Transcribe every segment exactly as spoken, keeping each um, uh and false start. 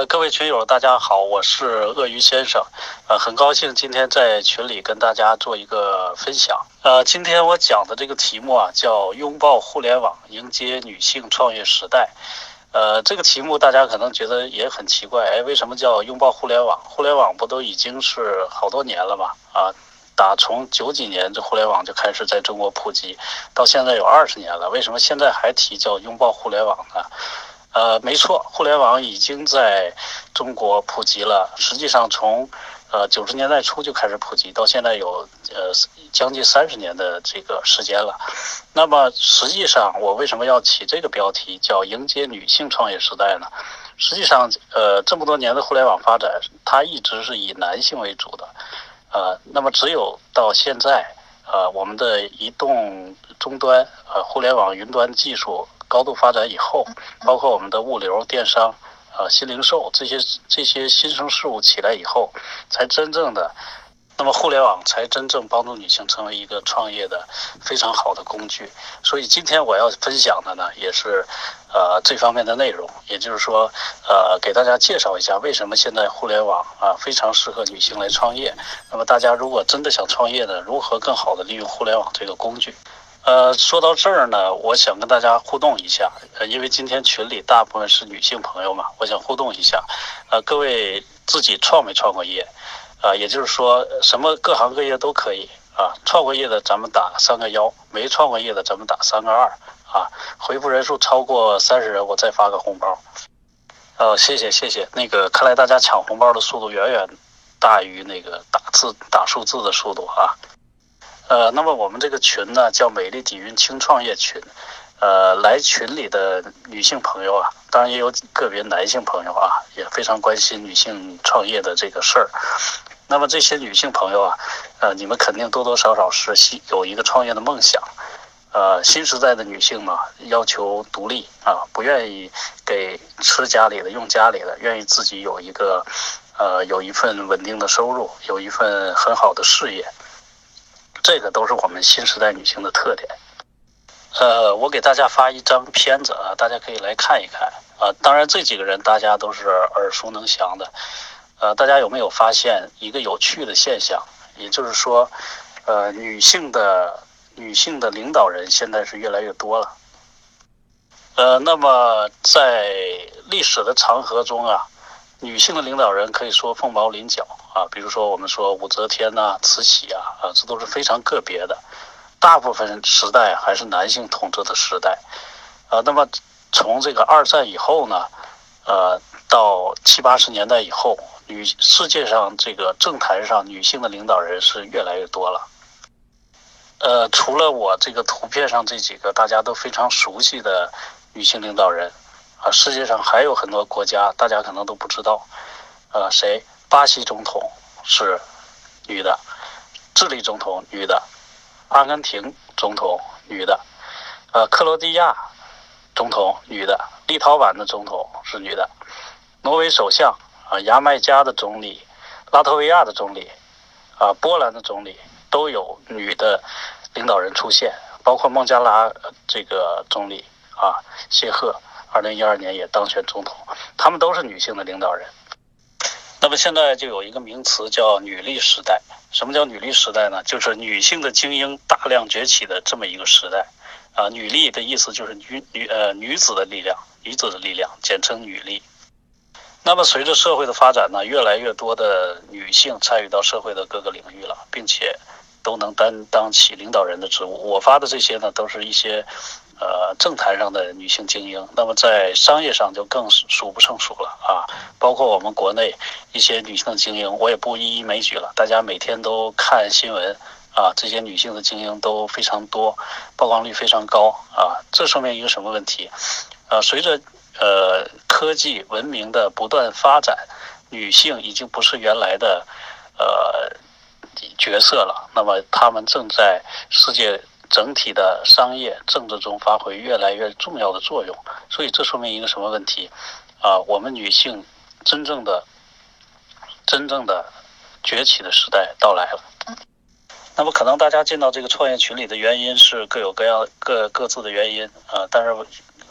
各位群友，大家好，我是鳄鱼先生，呃，很高兴今天在群里跟大家做一个分享。呃，今天我讲的这个题目啊，叫拥抱互联网，迎接女性创业时代。呃，这个题目大家可能觉得也很奇怪，哎，为什么叫拥抱互联网？互联网不都已经是好多年了吗？啊，打从九几年这互联网就开始在中国普及，到现在有二十年了，为什么现在还提叫拥抱互联网呢？呃，没错，互联网已经在中国普及了。实际上从，呃九十年代初就开始普及，到现在有呃将近三十年的这个时间了。那么实际上，我为什么要起这个标题叫迎接女性创业时代呢？实际上，呃，这么多年的互联网发展，它一直是以男性为主的。呃，那么只有到现在，呃，我们的移动终端，呃，互联网云端技术高度发展以后，包括我们的物流、电商、呃新零售这些这些新生事物起来以后，才真正的，那么互联网才真正帮助女性成为一个创业的非常好的工具。所以今天我要分享的呢，也是呃这方面的内容，也就是说，呃给大家介绍一下为什么现在互联网啊非常适合女性来创业。那么大家如果真的想创业呢，如何更好的利用互联网这个工具？呃，说到这儿呢，我想跟大家互动一下，呃，因为今天群里大部分是女性朋友嘛，我想互动一下，呃，各位自己创没创过业？啊、呃，也就是说，什么各行各业都可以啊，创过业的咱们打三个幺，没创过业的咱们打三个二啊，回复人数超过三十人，我再发个红包。呃，谢谢谢谢，那个看来大家抢红包的速度远远大于那个打字打数字的速度啊。呃，那么我们这个群呢叫美丽底蕴轻创业群，呃，来群里的女性朋友啊，当然也有个别男性朋友啊，也非常关心女性创业的这个事儿。那么这些女性朋友啊，呃，你们肯定多多少少是有一个创业的梦想。呃，新时代的女性嘛，要求独立啊，不愿意给吃家里的、用家里的，愿意自己有一个，呃，有一份稳定的收入，有一份很好的事业。这个都是我们新时代女性的特点。呃，我给大家发一张片子啊，大家可以来看一看啊。当然，这几个人大家都是耳熟能详的。呃，大家有没有发现一个有趣的现象？也就是说，呃，女性的女性的领导人现在是越来越多了。呃，那么在历史的长河中啊，女性的领导人可以说凤毛麟角啊，比如说我们说武则天呐、啊、慈禧啊，啊，这都是非常个别的。大部分时代还是男性统治的时代，呃，那么从这个二战以后呢，呃，到七八十年代以后，女世界上这个政坛上女性的领导人是越来越多了。呃，除了我这个图片上这几个大家都非常熟悉的女性领导人。啊，世界上还有很多国家，大家可能都不知道。呃，谁？巴西总统是女的，智利总统女的，阿根廷总统女的，呃，克罗地亚总统女的，立陶宛的总统是女的，挪威首相啊，牙买加的总理，拉脱维亚的总理，啊，波兰的总理都有女的领导人出现，包括孟加拉这个总理啊，谢赫。二零一二年也当选总统，他们都是女性的领导人。那么现在就有一个名词叫女力时代。什么叫女力时代呢？就是女性的精英大量崛起的这么一个时代。啊，女力的意思就是女女呃女子的力量，女子的力量，简称女力。那么随着社会的发展呢，越来越多的女性参与到社会的各个领域了，并且都能担当起领导人的职务。我发的这些呢，都是一些呃政坛上的女性精英，那么在商业上就更数不胜数了啊，包括我们国内一些女性的精英，我也不一一枚举了，大家每天都看新闻啊，这些女性的精英都非常多，曝光率非常高啊，这说明一个什么问题？呃，随着呃科技文明的不断发展，女性已经不是原来的呃角色了，那么她们正在世界整体的商业政治中发挥越来越重要的作用。所以这说明一个什么问题啊？我们女性真正的真正的崛起的时代到来了。那么可能大家进到这个创业群里的原因是各有各样各各自的原因啊，但是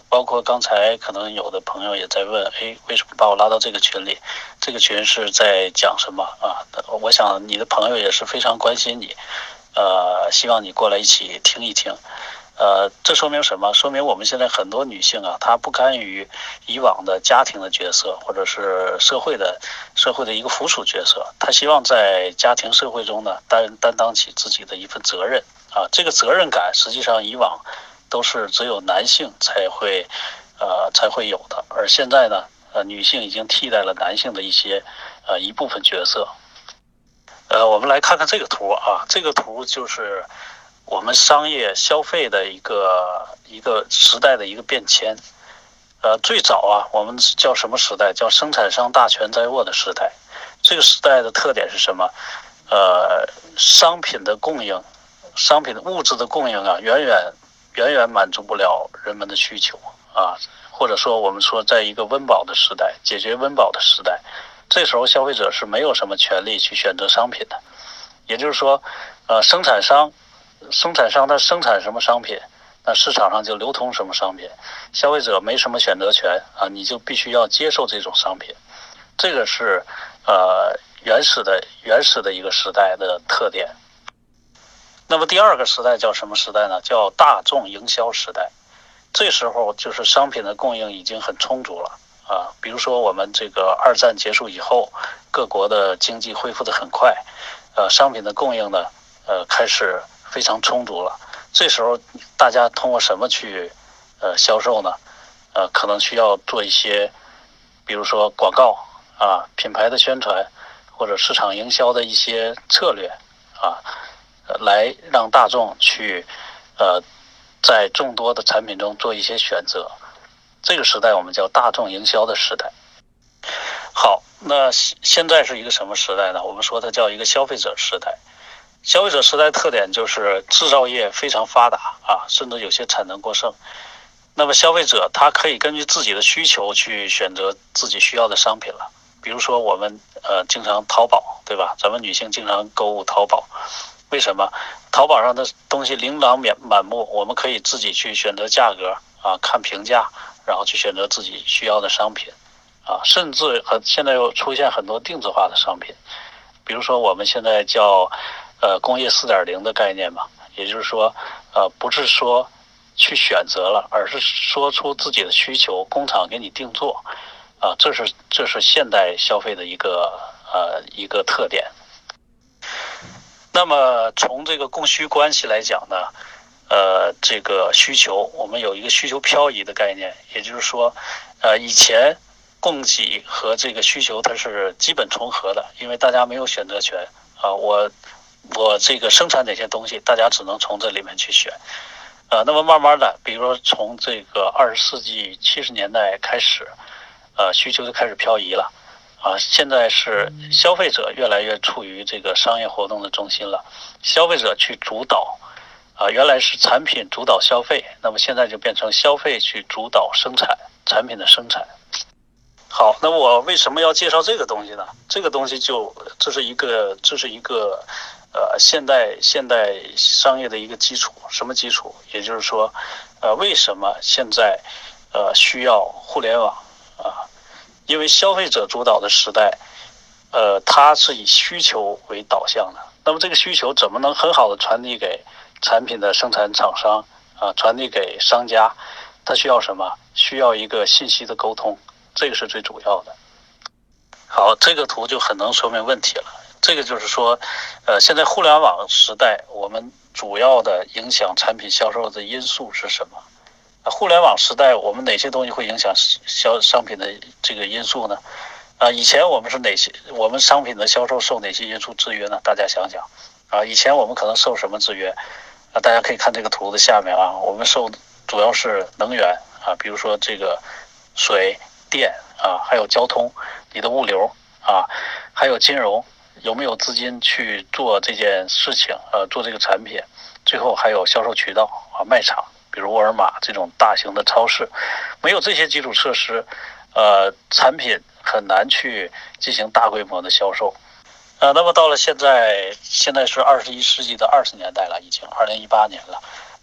包括刚才可能有的朋友也在问，哎，为什么把我拉到这个群里？这个群是在讲什么啊？我想你的朋友也是非常关心你，呃，希望你过来一起听一听。呃，这说明什么？说明我们现在很多女性啊，她不甘于以往的家庭的角色，或者是社会的社会的一个附属角色，她希望在家庭社会中呢担担当起自己的一份责任啊。这个责任感实际上以往都是只有男性才会呃才会有的，而现在呢，呃，女性已经替代了男性的一些呃一部分角色。呃，我们来看看这个图啊，这个图就是我们商业消费的一个一个时代的一个变迁。呃，最早啊，我们叫什么时代？叫生产商大权在握的时代。这个时代的特点是什么？呃，商品的供应，商品的物质的供应啊，远远远远满足不了人们的需求啊，或者说我们说，在一个温饱的时代，解决温饱的时代，这时候消费者是没有什么权利去选择商品的。也就是说，呃，生产商。生产商他生产什么商品，那市场上就流通什么商品，消费者没什么选择权啊，你就必须要接受这种商品。这个是呃原始的原始的一个时代的特点。那么第二个时代叫什么时代呢？叫大众营销时代。这时候就是商品的供应已经很充足了啊，比如说我们这个二战结束以后，各国的经济恢复得很快，呃，商品的供应呢，呃，开始非常充足了。这时候大家通过什么去呃销售呢？呃，可能需要做一些，比如说广告啊、品牌的宣传或者市场营销的一些策略啊，来让大众去呃在众多的产品中做一些选择。这个时代我们叫大众营销的时代。好，那现在是一个什么时代呢？我们说它叫一个消费者时代。消费者时代特点就是制造业非常发达啊，甚至有些产能过剩。那么消费者他可以根据自己的需求去选择自己需要的商品了。比如说我们呃经常淘宝，对吧？咱们女性经常购物淘宝，为什么？淘宝上的东西琳琅满目，我们可以自己去选择价格啊，看评价，然后去选择自己需要的商品啊，甚至和现在又出现很多定制化的商品，比如说我们现在叫呃工业 四点零 的概念嘛，也就是说呃不是说去选择了，而是说出自己的需求，工厂给你定做啊，这是这是现代消费的一个呃一个特点。那么从这个供需关系来讲呢，呃，这个需求我们有一个需求漂移的概念，也就是说，呃，以前供给和这个需求它是基本重合的，因为大家没有选择权啊，我我这个生产哪些东西，大家只能从这里面去选。呃，那么慢慢的，比如说从这个二十世纪七十年代开始，呃，需求就开始漂移了。啊，现在是消费者越来越处于这个商业活动的中心了，消费者去主导，啊，原来是产品主导消费，那么现在就变成消费去主导生产产品的生产。好，那我为什么要介绍这个东西呢？这个东西就这是一个这是一个呃现代现代商业的一个基础，什么基础？也就是说，呃，为什么现在呃需要互联网啊？因为消费者主导的时代，呃，它是以需求为导向的。那么这个需求怎么能很好的传递给产品的生产厂商啊，传递给商家？它需要什么？需要一个信息的沟通，这个是最主要的。好，这个图就很能说明问题了。这个就是说，呃，现在互联网时代，我们主要的影响产品销售的因素是什么？互联网时代，我们哪些东西会影响销商品的这个因素呢？啊，以前我们是哪些？我们商品的销售受哪些因素制约呢？大家想想，啊，以前我们可能受什么制约？啊，大家可以看这个图的下面啊，我们受主要是能源啊，比如说这个水电啊，还有交通，你的物流啊，还有金融，有没有资金去做这件事情？呃，做这个产品，最后还有销售渠道啊，卖场。比如沃尔玛这种大型的超市，没有这些基础设施，呃，产品很难去进行大规模的销售。呃，那么到了现在，现在是二十一世纪的二十年代了，已经二零一八年了。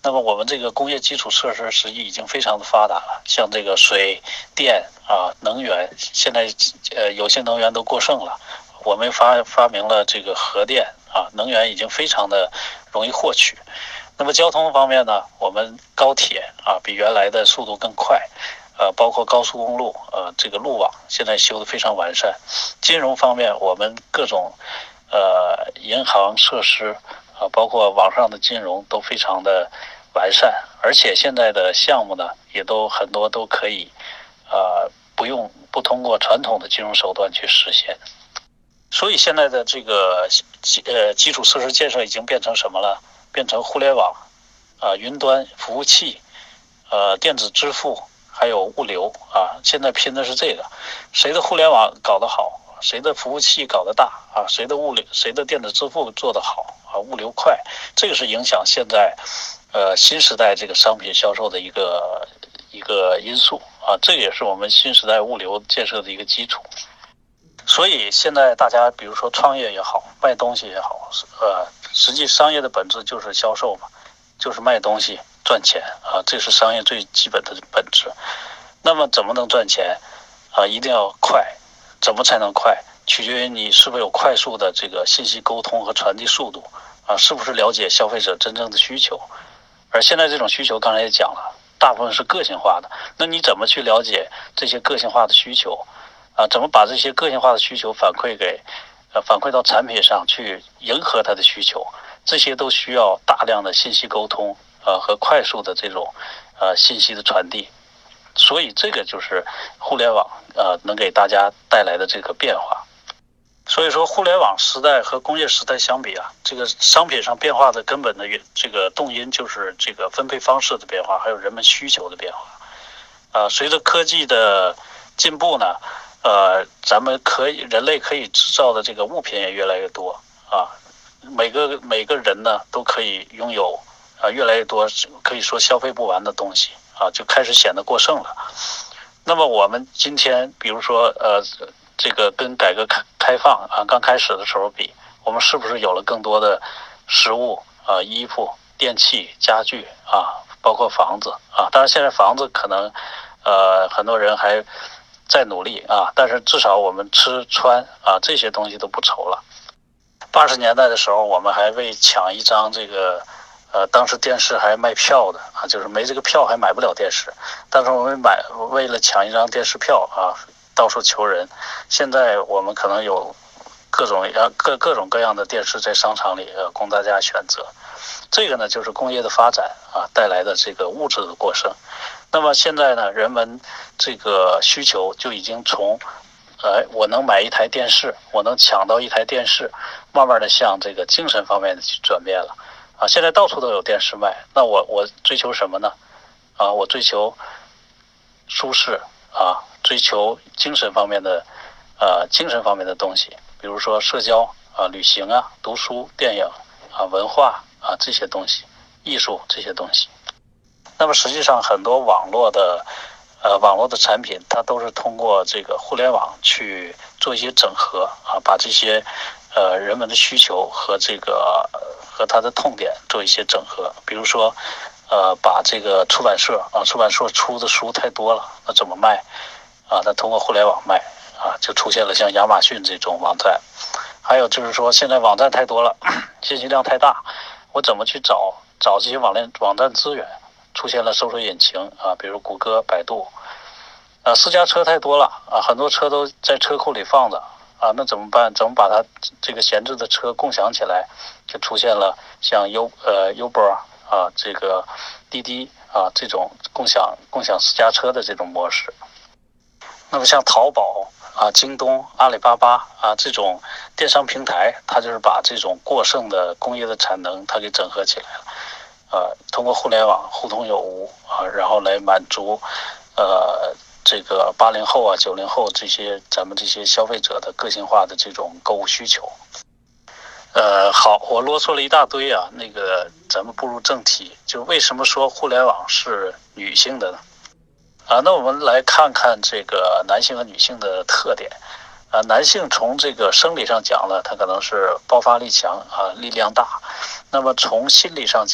那么我们这个工业基础设施实际已经非常的发达了，像这个水电啊、能源，现在呃有些能源都过剩了，我们发发明了这个核电啊，能源已经非常的容易获取。那么交通方面呢，我们高铁啊比原来的速度更快，呃，包括高速公路，呃，这个路网现在修得非常完善。金融方面，我们各种呃银行设施啊，包括网上的金融都非常的完善，而且现在的项目呢，也都很多都可以呃不用不通过传统的金融手段去实现。所以现在的这个呃基础设施建设已经变成什么了？变成互联网啊、呃、云端服务器、呃电子支付还有物流啊，现在拼的是这个，谁的互联网搞得好，谁的服务器搞得大啊，谁的物流谁的电子支付做得好啊，物流快，这个是影响现在呃新时代这个商品销售的一个一个因素啊，这也是我们新时代物流建设的一个基础。所以现在大家比如说创业也好，卖东西也好，呃，实际商业的本质就是销售嘛，就是卖东西赚钱啊，这是商业最基本的本质。那么怎么能赚钱啊？一定要快，怎么才能快？取决于你是否有快速的这个信息沟通和传递速度啊，是不是了解消费者真正的需求？而现在这种需求刚才也讲了，大部分是个性化的，那你怎么去了解这些个性化的需求？啊，怎么把这些个性化的需求反馈给，呃，反馈到产品上去，迎合它的需求？这些都需要大量的信息沟通，呃，和快速的这种，呃，信息的传递。所以这个就是互联网，呃，能给大家带来的这个变化。所以说，互联网时代和工业时代相比啊，这个商品上变化的根本的这个动因就是这个分配方式的变化，还有人们需求的变化。啊，随着科技的进步呢，呃，咱们可以人类可以制造的这个物品也越来越多啊，每个每个人呢都可以拥有啊越来越多，可以说消费不完的东西啊，就开始显得过剩了。那么我们今天，比如说呃，这个跟改革开开放啊刚开始的时候比，我们是不是有了更多的食物啊、衣服、电器、家具啊，包括房子啊？当然，现在房子可能呃很多人还在努力啊，但是至少我们吃穿啊这些东西都不愁了。八十年代的时候，我们还为抢一张这个，呃，当时电视还卖票的啊，就是没这个票还买不了电视。当时我们买为了抢一张电视票啊，到处求人。现在我们可能有各种各各种各样的电视在商场里呃供大家选择。这个呢，就是工业的发展啊带来的这个物质的过剩。那么现在呢，人们这个需求就已经从，呃，我能买一台电视，我能抢到一台电视，慢慢的向这个精神方面的去转变了。啊，现在到处都有电视卖，那我我追求什么呢？啊，我追求舒适啊，追求精神方面的，呃，精神方面的东西，比如说社交啊、旅行啊、读书、电影啊、文化啊这些东西，艺术这些东西。那么实际上很多网络的呃网络的产品，它都是通过这个互联网去做一些整合啊，把这些呃人们的需求和这个和它的痛点做一些整合。比如说呃把这个出版社啊出版社出的书太多了，那怎么卖啊？那通过互联网卖啊，就出现了像亚马逊这种网站。还有就是说现在网站太多了，信息量太大，我怎么去找找这些网链网站资源？出现了搜索引擎啊，比如谷歌、百度。啊，私家车太多了啊，很多车都在车库里放着啊，那怎么办？怎么把它这个闲置的车共享起来？就出现了像 U 呃 Uber 啊，这个滴滴啊这种共享共享私家车的这种模式。那么像淘宝啊、京东、阿里巴巴啊这种电商平台，它就是把这种过剩的工业的产能，它给整合起来了。呃，通过互联网互通有无啊，然后来满足呃这个八零后啊、九零后这些咱们这些消费者的个性化的这种购物需求。呃，好，我啰嗦了一大堆啊，那个咱们步入正题，就为什么说互联网是女性的呢？啊，那我们来看看这个男性和女性的特点。啊，男性从这个生理上讲呢，他可能是爆发力强啊，力量大。那么从心理上讲，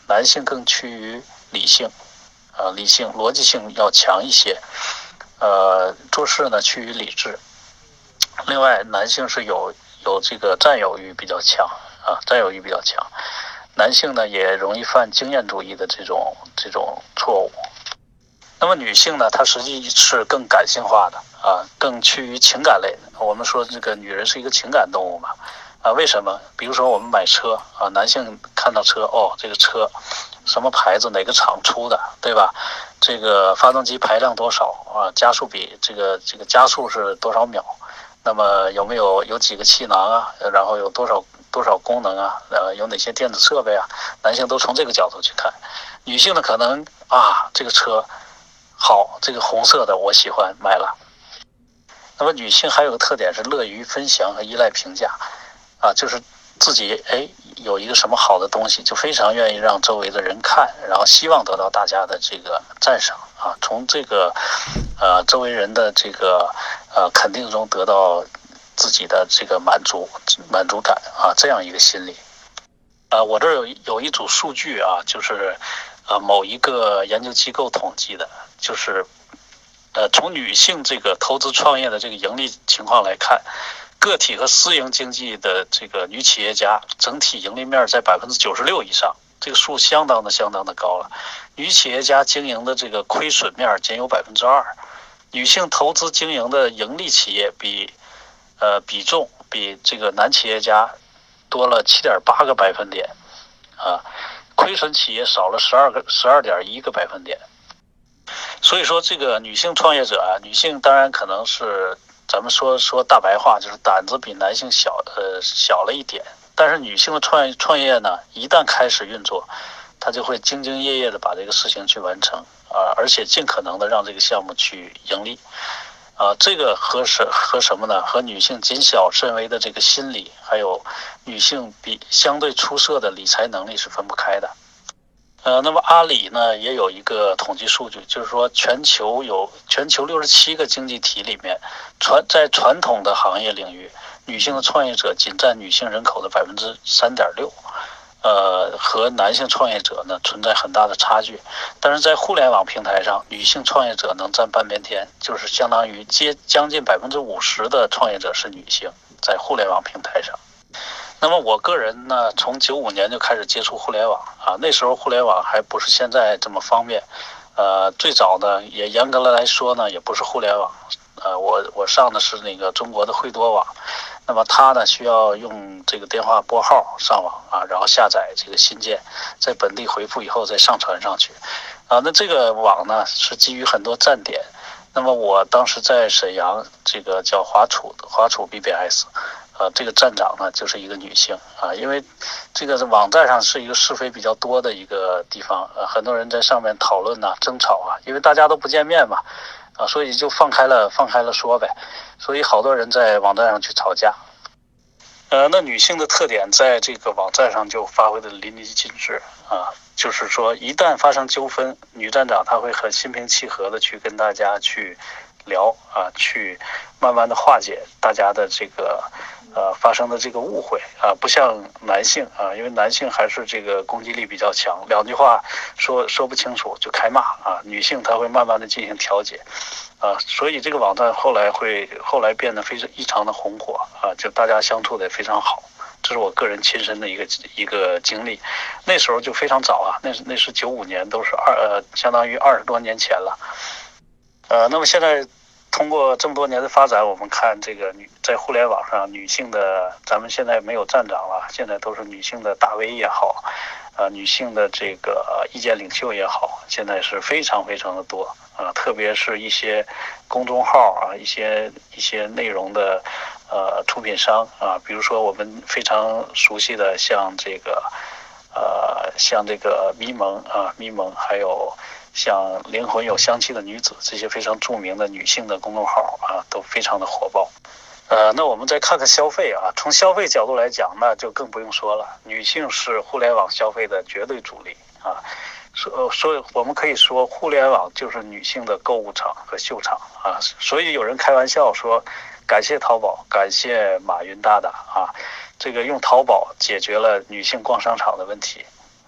男性更趋于理性，呃，理性逻辑性要强一些，呃，做事呢趋于理智。另外，男性是有有这个占有欲比较强啊，占有欲比较强。男性呢也容易犯经验主义的这种这种错误。那么女性呢，她实际是更感性化的啊，更趋于情感类的。我们说这个女人是一个情感动物嘛，啊，为什么？比如说我们买车啊，男性看到车，哦，这个车什么牌子，哪个厂出的，对吧？这个发动机排量多少啊？加速比这个这个加速是多少秒？那么有没有有几个气囊啊？然后有多少多少功能啊？呃，有哪些电子设备啊？男性都从这个角度去看，女性呢可能啊，这个车好，这个红色的我喜欢，买了。那么女性还有个特点是乐于分享和依赖评价，啊，就是自己哎有一个什么好的东西，就非常愿意让周围的人看，然后希望得到大家的这个赞赏啊，从这个呃周围人的这个呃肯定中得到自己的这个满足满足感啊，这样一个心理。啊，我这儿有有一组数据啊，就是呃某一个研究机构统计的，就是呃从女性这个投资创业的这个盈利情况来看，个体和私营经济的这个女企业家整体盈利面在百分之九十六以上，这个数相当的相当的高了。女企业家经营的这个亏损面仅有百分之二，女性投资经营的盈利企业比呃比重比这个男企业家多了七点八个百分点，啊，亏损企业少了十二个十二点一个百分点。所以说，这个女性创业者啊，女性当然可能是咱们说说大白话，就是胆子比男性小呃小了一点。但是女性的创业创业呢，一旦开始运作，她就会兢兢业业的把这个事情去完成啊，而且尽可能的让这个项目去盈利。啊，这个和什和什么呢？和女性谨小慎微的这个心理，还有女性比相对出色的理财能力是分不开的。呃，那么阿里呢也有一个统计数据，就是说全球有全球六十七个经济体里面，传在传统的行业领域，女性的创业者仅占女性人口的百分之三点六。呃，和男性创业者呢存在很大的差距，但是在互联网平台上，女性创业者能占半边天，就是相当于接将近百分之五十的创业者是女性，在互联网平台上。那么我个人呢，从九五年就开始接触互联网啊，那时候互联网还不是现在这么方便，呃，最早呢也严格的来说呢，也不是互联网，呃，我我上的是那个中国的惠多网。那么它呢需要用这个电话拨号上网啊，然后下载这个信件，在本地回复以后再上传上去，啊，那这个网呢是基于很多站点。那么我当时在沈阳，这个叫华储华储 B B S， 呃，这个站长呢就是一个女性啊，因为这个网站上是一个是非比较多的一个地方，呃，很多人在上面讨论呐、争吵啊，因为大家都不见面嘛。啊，所以就放开了，放开了说呗，所以好多人在网站上去吵架。呃，那女性的特点在这个网站上就发挥的淋漓尽致啊，就是说一旦发生纠纷，女站长她会很心平气和的去跟大家去聊啊，去慢慢的化解大家的这个呃发生的这个误会啊，不像男性啊，因为男性还是这个攻击力比较强，两句话说说不清楚就开骂啊，女性她会慢慢的进行调解啊，所以这个网站后来会后来变得非常异常的红火啊，就大家相处的也非常好。这是我个人亲身的一个一个经历，那时候就非常早啊，那是那是九五年，都是二呃相当于二十多年前了。呃，那么现在通过这么多年的发展，我们看这个女在互联网上女性的，咱们现在没有站长了，现在都是女性的大 V 也好，呃，女性的这个、呃、意见领袖也好，现在是非常非常的多啊、呃，特别是一些公众号啊，一些一些内容的呃出品商啊，比如说我们非常熟悉的像这个呃像这个咪蒙啊咪蒙，还有像灵魂有香气的女子，这些非常著名的女性的公众号啊，都非常的火爆。呃，那我们再看看消费啊，从消费角度来讲，那就更不用说了，女性是互联网消费的绝对主力啊。所所以我们可以说，互联网就是女性的购物场和秀场啊。所以有人开玩笑说，感谢淘宝，感谢马云大大啊，这个用淘宝解决了女性逛商场的问题。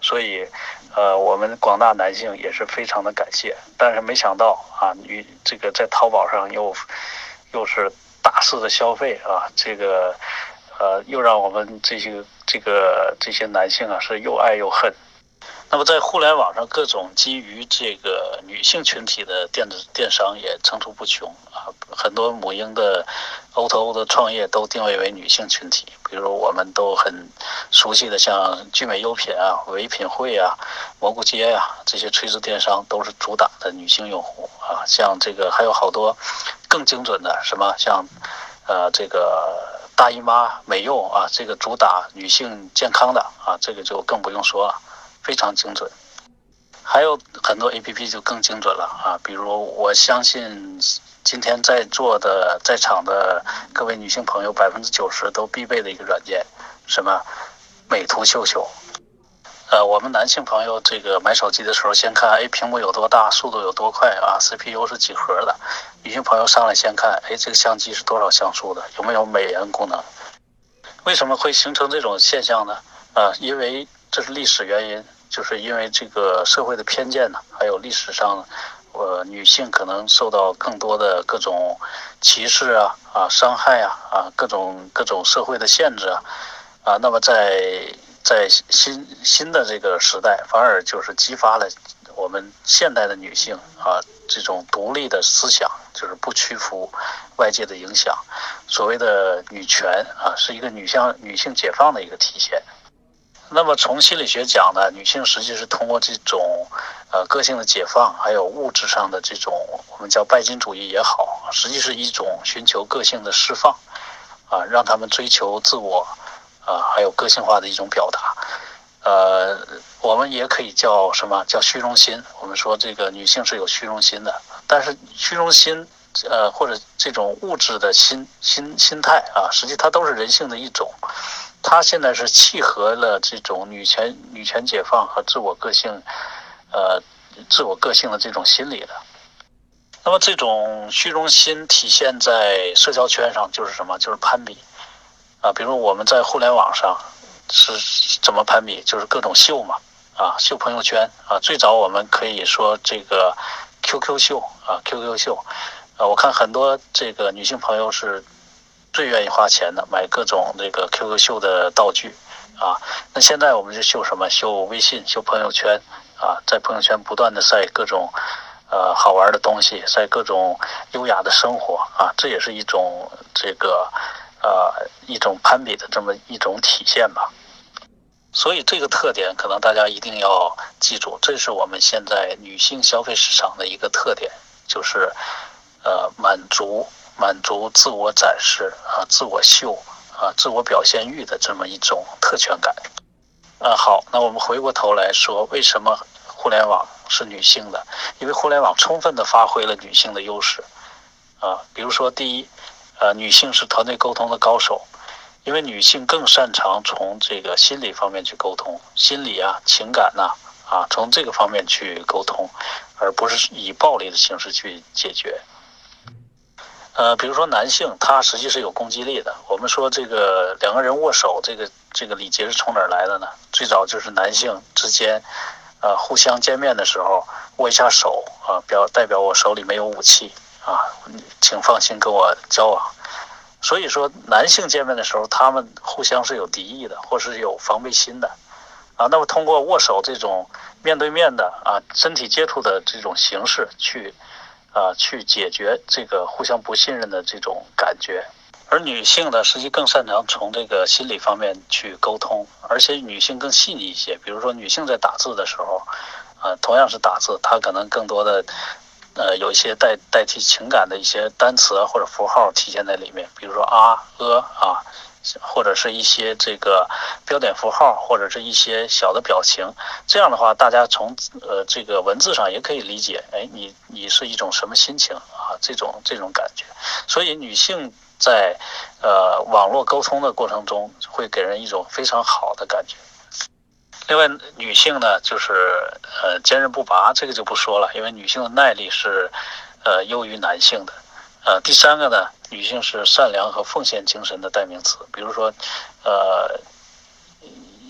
所以，呃，我们广大男性也是非常的感谢。但是没想到啊，女这个在淘宝上又又是大肆的消费啊，这个呃，又让我们这些这个这些男性啊是又爱又恨。那么在互联网上，各种基于这个女性群体的电子电商也层出不穷啊，很多母婴的 O to O 的创业都定位为女性群体，比如我们都很熟悉的像聚美优品啊、唯品会啊、蘑菇街啊，这些垂直电商都是主打的女性用户啊，像这个还有好多更精准的，什么像呃这个大姨妈美柚啊，这个主打女性健康的啊，这个就更不用说了。非常精准，还有很多 A P P 就更精准了啊！比如，我相信今天在座的在场的各位女性朋友，百分之九十都必备的一个软件，什么美图秀秀。呃，我们男性朋友这个买手机的时候，先看哎屏幕有多大，速度有多快啊 ，C P U 是几核的。女性朋友上来先看，哎这个相机是多少像素的，有没有美颜功能？为什么会形成这种现象呢？啊，因为这是历史原因，就是因为这个社会的偏见呢，还有历史上，呃，女性可能受到更多的各种歧视啊、啊伤害啊、啊各种各种社会的限制啊，啊，那么在在新新的这个时代，反而就是激发了我们现代的女性啊这种独立的思想，就是不屈服外界的影响，所谓的女权啊，是一个女性女性解放的一个体现。那么从心理学讲呢，女性实际是通过这种呃个性的解放，还有物质上的这种我们叫拜金主义也好，实际是一种寻求个性的释放啊，让他们追求自我啊，还有个性化的一种表达。呃，我们也可以叫什么叫虚荣心？我们说这个女性是有虚荣心的，但是虚荣心呃或者这种物质的心心心态啊，实际它都是人性的一种。它现在是契合了这种女权、女权解放和自我个性，呃，自我个性的这种心理的。那么这种虚荣心体现在社交圈上，就是什么？就是攀比啊。比如我们在互联网上是怎么攀比？就是各种秀嘛，啊，秀朋友圈啊。最早我们可以说这个 Q Q 秀啊 ，Q Q 秀啊，我看很多这个女性朋友是最愿意花钱的，买各种这个 Q Q 秀的道具啊。那现在我们就秀什么？秀微信，秀朋友圈啊，在朋友圈不断的晒各种呃好玩的东西，晒各种优雅的生活啊，这也是一种这个呃一种攀比的这么一种体现吧。所以这个特点可能大家一定要记住，这是我们现在女性消费市场的一个特点，就是呃满足。满足自我展示啊、自我秀啊、自我表现欲的这么一种特权感啊。好，那我们回过头来说，为什么互联网是女性的？因为互联网充分的发挥了女性的优势啊。比如说，第一，呃，女性是团队沟通的高手，因为女性更擅长从这个心理方面去沟通，心理啊、情感呐 啊, 啊，从这个方面去沟通，而不是以暴力的形式去解决。呃，比如说男性，他实际是有攻击力的。我们说这个两个人握手，这个这个礼节是从哪儿来的呢？最早就是男性之间，呃，互相见面的时候握一下手啊，表代表我手里没有武器啊，请放心跟我交往。所以说，男性见面的时候，他们互相是有敌意的，或是有防备心的啊。那么通过握手这种面对面的啊身体接触的这种形式去。啊，去解决这个互相不信任的这种感觉，而女性呢，实际更擅长从这个心理方面去沟通，而且女性更细腻一些。比如说，女性在打字的时候，啊，同样是打字，她可能更多的，呃，有一些代代替情感的一些单词啊或者符号体现在里面，比如说啊、呃啊。或者是一些这个标点符号，或者是一些小的表情，这样的话，大家从呃这个文字上也可以理解，哎，你你是一种什么心情啊？这种这种感觉。所以女性在呃网络沟通的过程中，会给人一种非常好的感觉。另外，女性呢，就是呃坚韧不拔，这个就不说了，因为女性的耐力是呃优于男性的。呃，第三个呢，女性是善良和奉献精神的代名词。比如说，呃，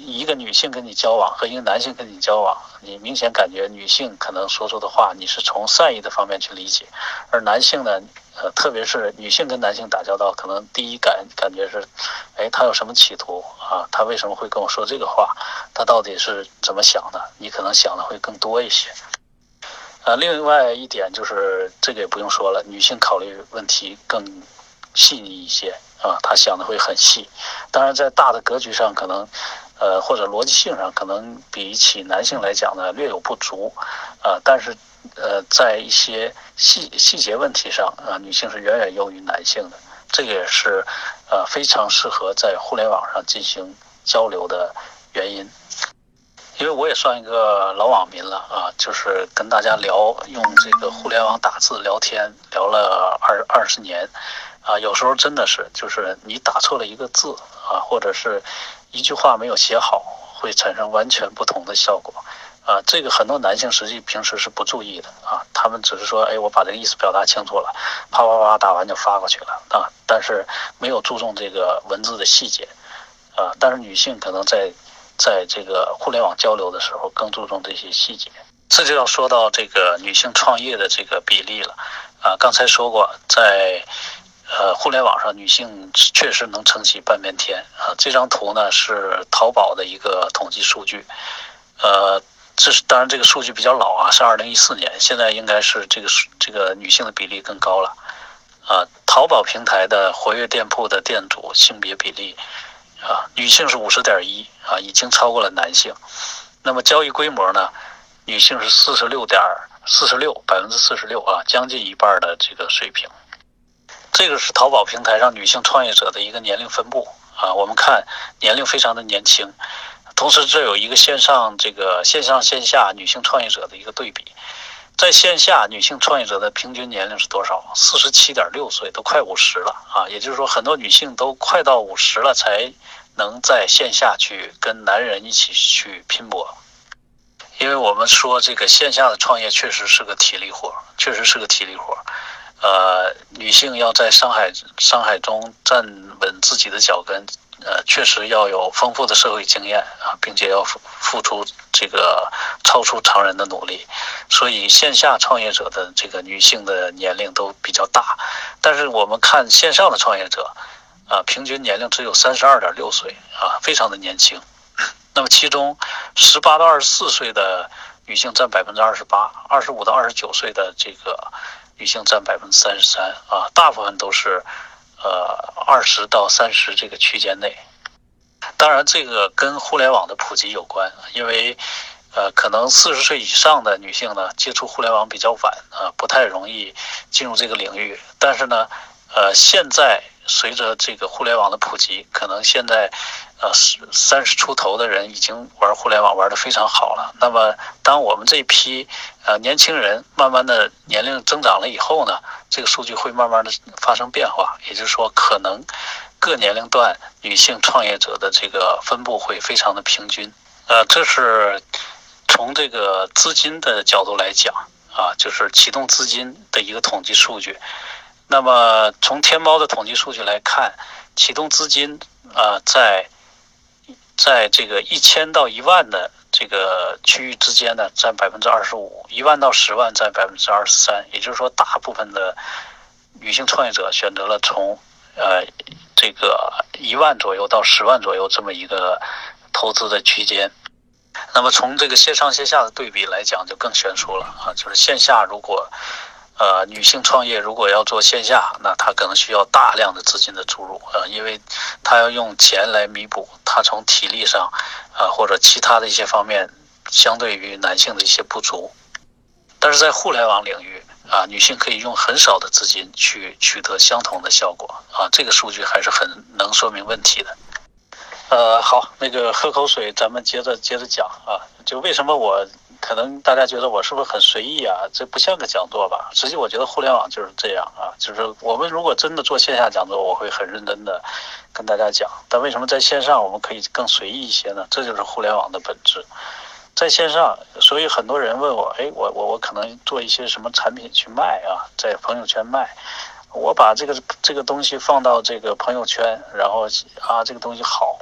一个女性跟你交往和一个男性跟你交往，你明显感觉女性可能说出的话你是从善意的方面去理解，而男性呢，呃，特别是女性跟男性打交道，可能第一感感觉是，哎，他有什么企图啊？他为什么会跟我说这个话？他到底是怎么想的？你可能想的会更多一些。呃，另外一点就是这个也不用说了，女性考虑问题更细腻一些啊，她想的会很细。当然，在大的格局上，可能呃或者逻辑性上，可能比起男性来讲呢略有不足啊，但是呃在一些细细节问题上啊，女性是远远优于男性的。这个也是呃非常适合在互联网上进行交流的原因。因为我也算一个老网民了啊，就是跟大家聊用这个互联网打字聊天聊了二二十年，啊，有时候真的是就是你打错了一个字啊，或者是一句话没有写好，会产生完全不同的效果啊。这个很多男性实际平时是不注意的啊，他们只是说，哎，我把这个意思表达清楚了，啪啪啪打完就发过去了啊，但是没有注重这个文字的细节啊。但是女性可能在在这个互联网交流的时候更注重这些细节，这就要说到这个女性创业的这个比例了啊。刚才说过，在呃互联网上，女性确实能撑起半边天啊。这张图呢是淘宝的一个统计数据，呃，这是当然这个数据比较老啊，是二零一四年，现在应该是这个这个女性的比例更高了啊。淘宝平台的活跃店铺的店主性别比例。啊，女性是五十点一啊，已经超过了男性。那么交易规模呢？女性是四十六点四十六百分之四十六啊，将近一半的这个水平。这个是淘宝平台上女性创业者的一个年龄分布啊，我们看年龄非常的年轻。同时，这有一个线上这个线上线下女性创业者的一个对比。在线下，女性创业者的平均年龄是多少？四十七点六岁，都快五十了啊！也就是说，很多女性都快到五十了，才能在线下去跟男人一起去拼搏。因为我们说这个线下的创业确实是个体力活，确实是个体力活。呃，女性要在商海商海中站稳自己的脚跟，呃，确实要有丰富的社会经验啊，并且要付出这个超出常人的努力。所以线下创业者的这个女性的年龄都比较大，但是我们看线上的创业者，啊，平均年龄只有三十二点六岁啊，非常的年轻。那么其中十八到二十四岁的女性占百分之二十八，二十五到二十九岁的这个女性占百分之三十三啊，大部分都是呃二十到三十这个区间内。当然，这个跟互联网的普及有关，因为呃可能四十岁以上的女性呢接触互联网比较晚啊，不太容易进入这个领域。但是呢，呃现在随着这个互联网的普及，可能现在呃三十出头的人已经玩互联网玩得非常好了。那么当我们这批呃年轻人慢慢的年龄增长了以后呢，这个数据会慢慢的发生变化，也就是说可能各年龄段女性创业者的这个分布会非常的平均。呃，这是从这个资金的角度来讲啊，就是启动资金的一个统计数据。那么从天猫的统计数据来看，启动资金啊、呃，在在这个一千到一万的这个区域之间呢，占百分之二十五；一万到十万占百分之二十三。也就是说，大部分的女性创业者选择了从呃这个一万左右到十万左右这么一个投资的区间。那么从这个线上线下的对比来讲，就更悬殊了啊！就是线下如果呃，女性创业如果要做线下，那她可能需要大量的资金的注入，呃，因为她要用钱来弥补她从体力上，啊、呃、或者其他的一些方面相对于男性的一些不足。但是在互联网领域啊，女性可以用很少的资金去取得相同的效果啊，这个数据还是很能说明问题的。呃，好，那个喝口水，咱们接着接着讲啊。就为什么我可能大家觉得我是不是很随意啊？这不像个讲座吧？实际我觉得互联网就是这样啊，就是我们如果真的做线下讲座，我会很认真的跟大家讲。但为什么在线上我们可以更随意一些呢？这就是互联网的本质。在线上，所以很多人问我，哎，我我我可能做一些什么产品去卖啊，在朋友圈卖。我把这个这个东西放到这个朋友圈，然后啊，这个东西好啊，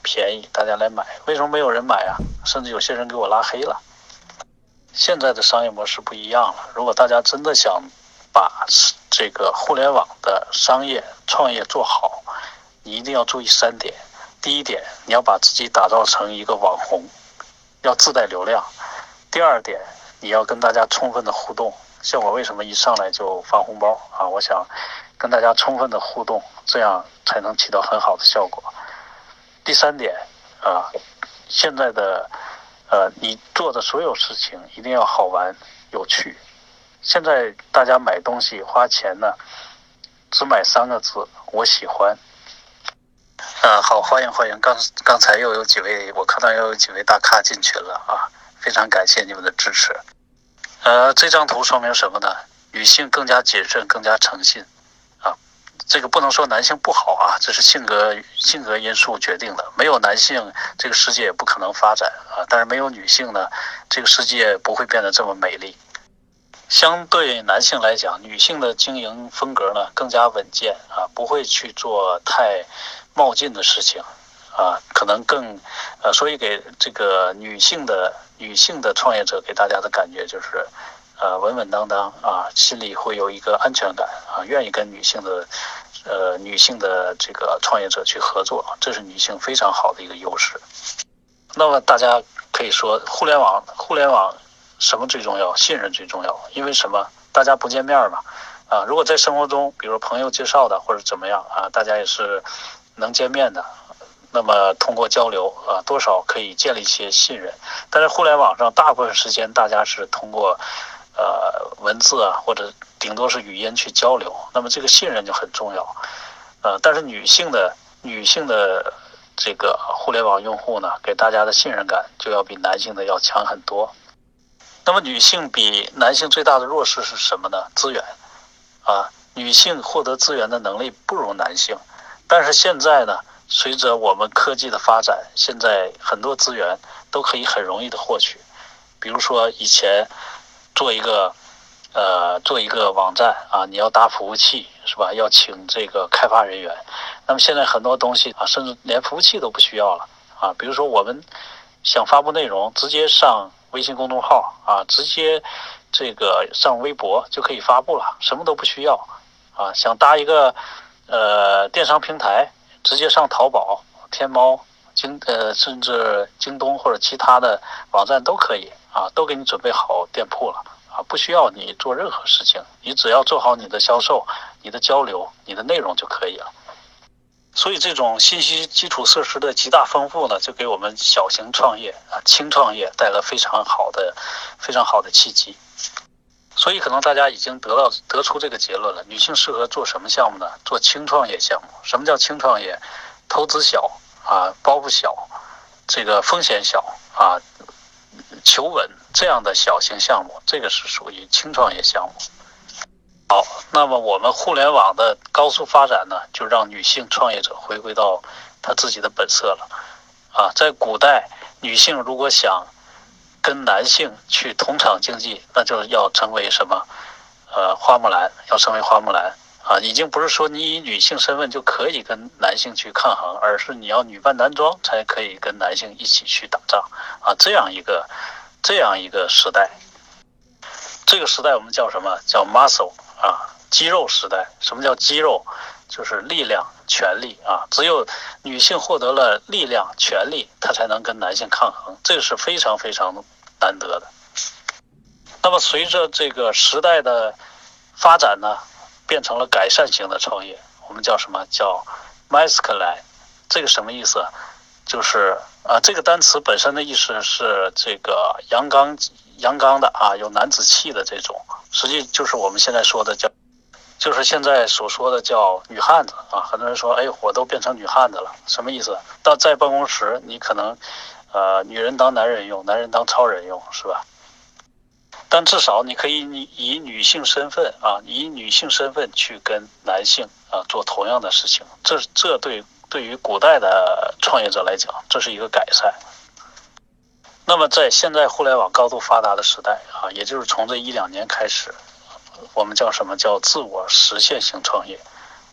便宜，大家来买。为什么没有人买啊？甚至有些人给我拉黑了。现在的商业模式不一样了，如果大家真的想把这个互联网的商业创业做好，你一定要注意三点。第一点，你要把自己打造成一个网红，要自带流量。第二点，你要跟大家充分的互动，像我为什么一上来就发红包啊？我想跟大家充分的互动，这样才能起到很好的效果。第三点啊，现在的呃，你做的所有事情一定要好玩有趣。现在大家买东西花钱呢，只买三个字：我喜欢。呃，好，欢迎欢迎，刚刚才又有几位，我看到又有几位大咖进群了啊，非常感谢你们的支持。呃，这张图说明什么呢？女性更加谨慎，更加诚信啊。这个不能说男性不好啊，这是性格性格因素决定的。没有男性，这个世界也不可能发展啊。但是没有女性呢，这个世界不会变得这么美丽。相对男性来讲，女性的经营风格呢更加稳健啊，不会去做太冒进的事情啊，可能更呃，所以给这个女性的女性的创业者给大家的感觉就是呃稳稳当当啊，心里会有一个安全感啊，愿意跟女性的呃女性的这个创业者去合作，这是女性非常好的一个优势。那么大家可以说，互联网互联网什么最重要？信任最重要。因为什么？大家不见面嘛，啊，如果在生活中，比如朋友介绍的或者怎么样啊，大家也是能见面的，那么通过交流啊，多少可以建立一些信任。但是互联网上大部分时间大家是通过呃文字啊，或者顶多是语音去交流，那么这个信任就很重要。呃，但是女性的女性的这个互联网用户呢，给大家的信任感就要比男性的要强很多。那么女性比男性最大的弱势是什么呢？资源啊，女性获得资源的能力不如男性，但是现在呢，随着我们科技的发展，现在很多资源都可以很容易的获取。比如说以前做一个呃做一个网站啊，你要搭服务器是吧？要请这个开发人员。那么现在很多东西啊，甚至连服务器都不需要了啊。比如说我们想发布内容，直接上微信公众号啊，直接这个上微博就可以发布了，什么都不需要啊。想搭一个呃电商平台，直接上淘宝、天猫、京呃甚至京东或者其他的网站都可以啊，都给你准备好店铺了啊，不需要你做任何事情，你只要做好你的销售、你的交流、你的内容就可以了。所以这种信息基础设施的极大丰富呢，就给我们小型创业啊、轻创业带来非常好的、非常好的契机。所以可能大家已经得到得出这个结论了：女性适合做什么项目呢？做轻创业项目。什么叫轻创业？投资小啊，包袱小，这个风险小啊，求稳这样的小型项目，这个是属于轻创业项目。好，那么我们互联网的高速发展呢，就让女性创业者回归到她自己的本色了。啊，在古代，女性如果想跟男性去同场竞技，那就要成为什么？呃，花木兰，要成为花木兰啊！已经不是说你以女性身份就可以跟男性去抗衡，而是你要女扮男装才可以跟男性一起去打仗啊！这样一个这样一个时代，这个时代我们叫什么？叫 muscle。啊，肌肉时代。什么叫肌肉？就是力量、权力啊！只有女性获得了力量、权力，她才能跟男性抗衡，这个是非常非常难得的。那么随着这个时代的发展呢，变成了改善型的创业，我们叫什么？叫 masculine。这个什么意思？就是啊，这个单词本身的意思是这个阳刚、阳刚的啊，有男子气的这种。实际就是我们现在说的叫，就是现在所说的叫女汉子啊。很多人说，哎，我都变成女汉子了，什么意思？到在办公室，你可能，呃，女人当男人用，男人当超人用，是吧？但至少你可以以女性身份啊，以女性身份去跟男性啊做同样的事情。这这对对于古代的创业者来讲，这是一个改善。那么在现在互联网高度发达的时代啊，也就是从这一两年开始，我们叫什么？叫自我实现型创业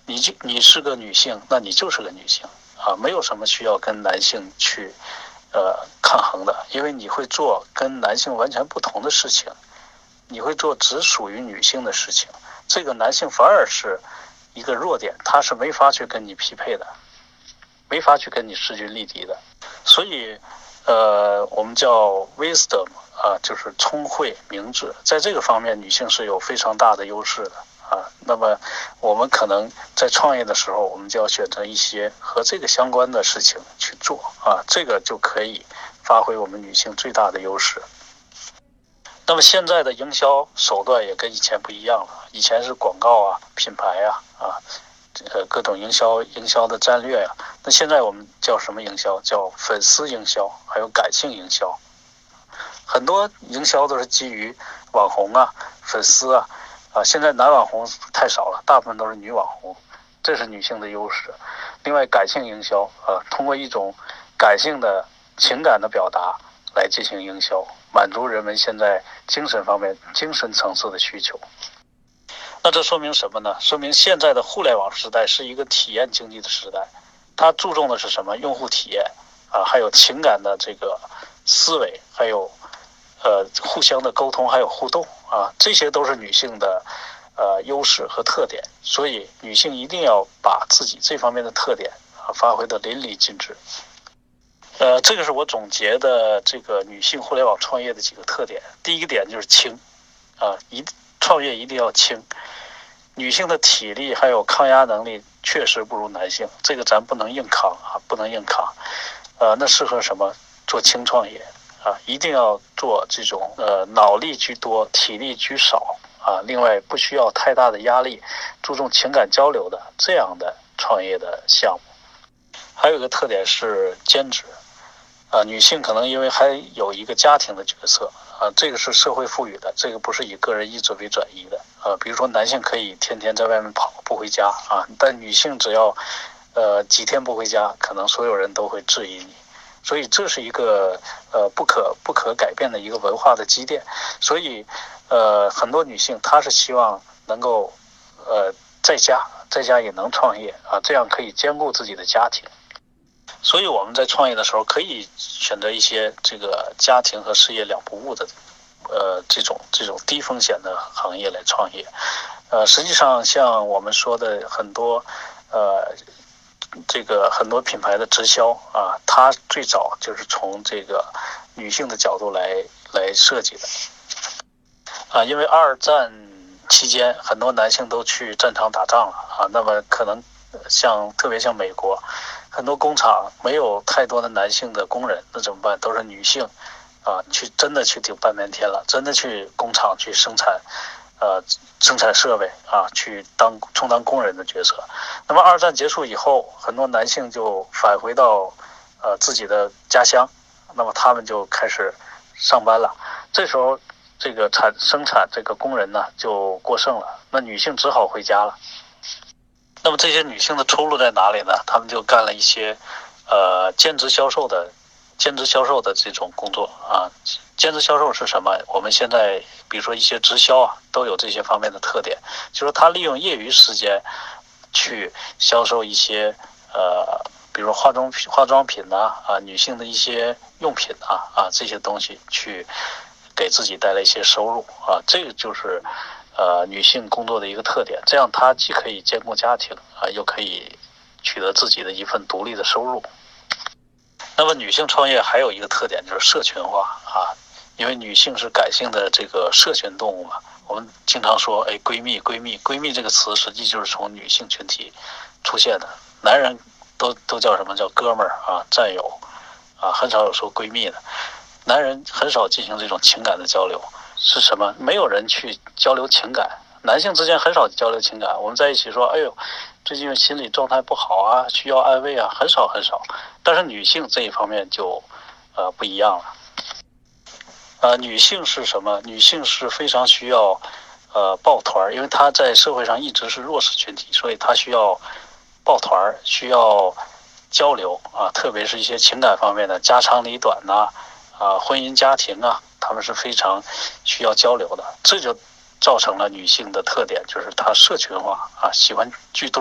你就你是个女性，那你就是个女性啊，没有什么需要跟男性去呃抗衡的，因为你会做跟男性完全不同的事情，你会做只属于女性的事情，这个男性反而是一个弱点，他是没法去跟你匹配的，没法去跟你势均力敌的。所以呃我们叫 wisdom 啊，就是聪慧明智，在这个方面女性是有非常大的优势的啊。那么我们可能在创业的时候，我们就要选择一些和这个相关的事情去做啊，这个就可以发挥我们女性最大的优势。那么现在的营销手段也跟以前不一样了，以前是广告啊、品牌啊、啊，呃各种营销营销的战略啊。那现在我们叫什么营销？叫粉丝营销，还有感性营销。很多营销都是基于网红啊、粉丝啊，啊，现在男网红太少了，大部分都是女网红，这是女性的优势。另外，感性营销啊，通过一种感性的情感的表达来进行营销，满足人们现在精神方面、精神层次的需求。那这说明什么呢？说明现在的互联网时代是一个体验经济的时代，它注重的是什么？用户体验啊，还有情感的这个思维，还有呃互相的沟通，还有互动啊，这些都是女性的呃优势和特点。所以女性一定要把自己这方面的特点啊发挥得淋漓尽致。呃，这个是我总结的这个女性互联网创业的几个特点。第一个点就是轻啊，一创业一定要轻。女性的体力还有抗压能力确实不如男性，这个咱不能硬扛啊，不能硬扛。呃，那适合什么？做轻创业啊，一定要做这种呃脑力居多、体力居少啊。另外，不需要太大的压力，注重情感交流的这样的创业的项目。还有一个特点是兼职。啊，女性可能因为还有一个家庭的角色啊，这个是社会赋予的，这个不是以个人意志为转移的啊。比如说男性可以天天在外面跑不回家啊，但女性只要呃几天不回家，可能所有人都会质疑你。所以这是一个呃不可不可改变的一个文化的积淀。所以呃很多女性她是希望能够呃在家在家也能创业啊，这样可以兼顾自己的家庭。所以我们在创业的时候，可以选择一些这个家庭和事业两不误的，呃，这种这种低风险的行业来创业。呃，实际上像我们说的很多，呃，这个很多品牌的直销啊，它最早就是从这个女性的角度来来设计的。啊，因为二战期间很多男性都去战场打仗了啊，那么可能像特别像美国。很多工厂没有太多的男性的工人，那怎么办？都是女性，啊，去真的去顶半边天了，真的去工厂去生产，呃，生产设备啊，去当充当工人的角色。那么二战结束以后，很多男性就返回到呃自己的家乡，那么他们就开始上班了。这时候，这个产生产这个工人呢就过剩了，那女性只好回家了。那么这些女性的出路在哪里呢？她们就干了一些，呃，兼职销售的，兼职销售的这种工作啊。兼职销售是什么？我们现在比如说一些直销啊，都有这些方面的特点，就是她利用业余时间去销售一些呃，比如说化妆化妆品呐啊，女性的一些用品啊啊这些东西，去给自己带来一些收入啊。这个就是。呃，女性工作的一个特点，这样她既可以兼顾家庭啊，又可以取得自己的一份独立的收入。那么，女性创业还有一个特点就是社群化啊，因为女性是感性的这个社群动物嘛。我们经常说，哎，闺蜜，闺蜜，闺蜜这个词实际就是从女性群体出现的。男人都都叫什么叫哥们儿啊，战友啊，很少有说闺蜜的。男人很少进行这种情感的交流。是什么？没有人去交流情感，男性之间很少交流情感。我们在一起说，哎呦，最近心理状态不好啊，需要安慰啊，很少很少。但是女性这一方面就呃不一样了。呃，女性是什么？女性是非常需要呃抱团，因为她在社会上一直是弱势群体，所以她需要抱团，需要交流啊，特别是一些情感方面的家长里短呐、啊，啊，婚姻家庭啊。他们是非常需要交流的，这就造成了女性的特点，就是她社群化啊，喜欢聚堆儿，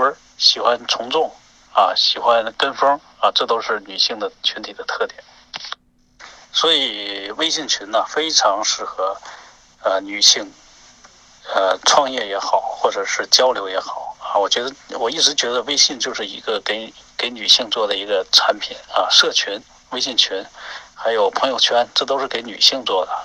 喜欢从众啊，喜欢跟风啊，这都是女性的群体的特点。所以微信群呢，非常适合呃女性呃创业也好，或者是交流也好啊。我觉得我一直觉得微信就是一个给给女性做的一个产品啊，社群、微信群，还有朋友圈，这都是给女性做的。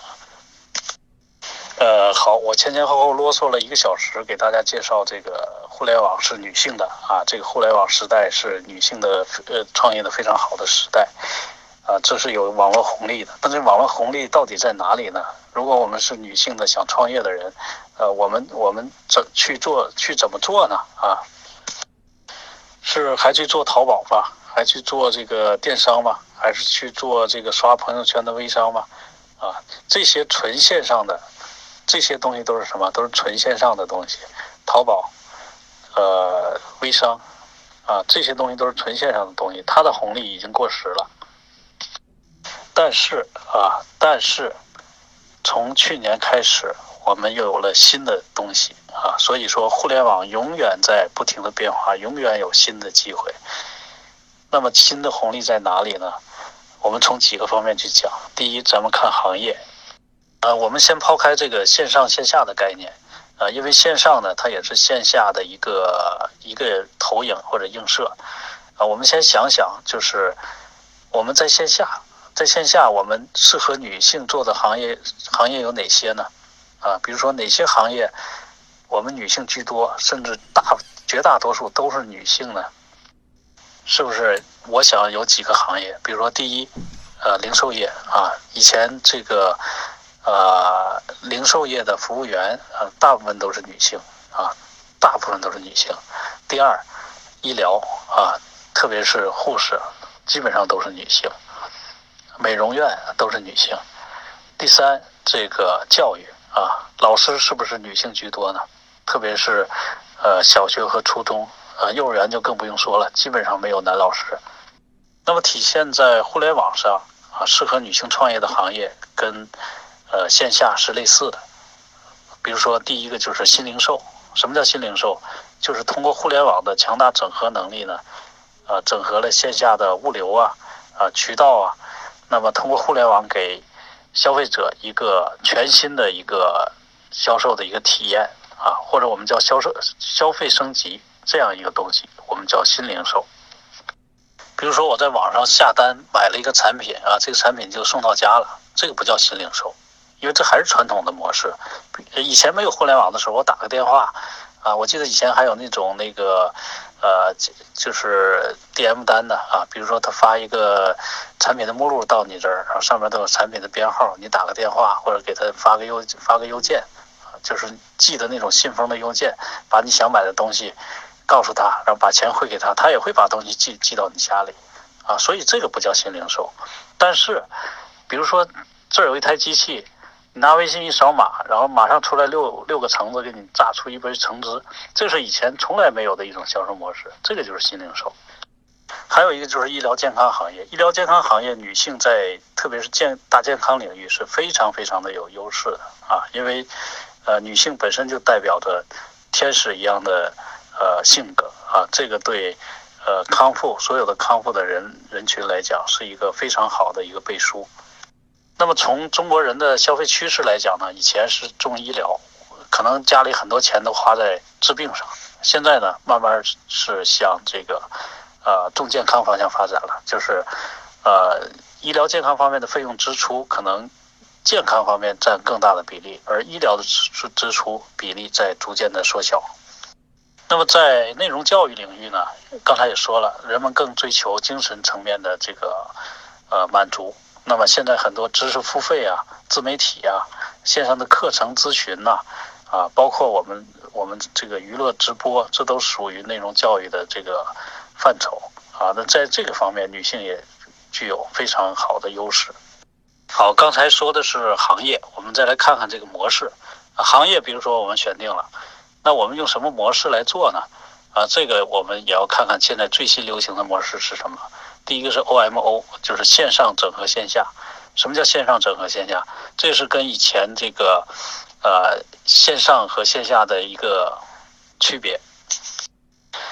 呃，好，我前前后后啰嗦了一个小时，给大家介绍这个互联网是女性的啊，这个互联网时代是女性的呃创业的非常好的时代。啊，这是有网络红利的，但是网络红利到底在哪里呢？如果我们是女性的想创业的人，呃，我们我们怎去做去怎么做呢？啊，是还去做淘宝吗？还去做这个电商吗？还是去做这个刷朋友圈的微商吗？啊，这些纯线上的这些东西都是什么？都是纯线上的东西，淘宝、呃微商啊，这些东西都是纯线上的东西，它的红利已经过时了。但是啊，但是从去年开始，我们又有了新的东西啊，所以说互联网永远在不停的变化，永远有新的机会。那么新的红利在哪里呢？我们从几个方面去讲。第一，咱们看行业，呃，我们先抛开这个线上线下的概念，呃，因为线上呢，它也是线下的一个一个投影或者映射，啊，我们先想想，就是我们在线下。在线下，我们适合女性做的行业行业有哪些呢？啊，比如说哪些行业我们女性居多，甚至大绝大多数都是女性呢？是不是？我想有几个行业，比如说第一，呃，零售业啊，以前这个呃零售业的服务员啊，大部分都是女性啊，大部分都是女性。第二，医疗啊，特别是护士，基本上都是女性。美容院都是女性。第三，这个教育啊，老师是不是女性居多呢？特别是呃小学和初中，呃幼儿园就更不用说了，基本上没有男老师。那么体现在互联网上啊，适合女性创业的行业跟呃线下是类似的。比如说第一个就是新零售。什么叫新零售？就是通过互联网的强大整合能力呢，呃整合了线下的物流啊、啊渠道啊。那么通过互联网给消费者一个全新的一个销售的一个体验啊，或者我们叫销售消费升级这样一个东西，我们叫新零售。比如说我在网上下单买了一个产品啊，这个产品就送到家了，这个不叫新零售，因为这还是传统的模式。以前没有互联网的时候，我打个电话啊，我记得以前还有那种那个呃，就是 D M 单的啊，比如说他发一个产品的目录到你这儿，然后上面都有产品的编号，你打个电话或者给他发个邮发个邮件，就是寄的那种信封的邮件，把你想买的东西告诉他，然后把钱汇给他，他也会把东西寄寄到你家里啊，所以这个不叫新零售。但是比如说这儿有一台机器，你拿微信一扫码，然后马上出来六六个橙子给你榨出一杯橙汁，这是以前从来没有的一种销售模式，这个就是新零售。还有一个就是医疗健康行业，医疗健康行业女性在特别是健大健康领域是非常非常的有优势的啊，因为呃女性本身就代表着天使一样的呃性格啊，这个对呃康复所有的康复的人人群来讲是一个非常好的一个背书。那么从中国人的消费趋势来讲呢，以前是重医疗，可能家里很多钱都花在治病上，现在呢慢慢是向这个呃重健康方向发展了，就是呃医疗健康方面的费用支出可能健康方面占更大的比例，而医疗的支出比例在逐渐的缩小。那么在内容教育领域呢，刚才也说了，人们更追求精神层面的这个呃满足。那么现在很多知识付费啊、自媒体啊、线上的课程咨询呐、啊，啊，包括我们我们这个娱乐直播，这都属于内容教育的这个范畴啊。那在这个方面，女性也具有非常好的优势。好，刚才说的是行业，我们再来看看这个模式。啊、行业，比如说我们选定了，那我们用什么模式来做呢？啊，这个我们也要看看现在最新流行的模式是什么。第一个是 O M O， 就是线上整合线下。什么叫线上整合线下？这是跟以前这个呃线上和线下的一个区别。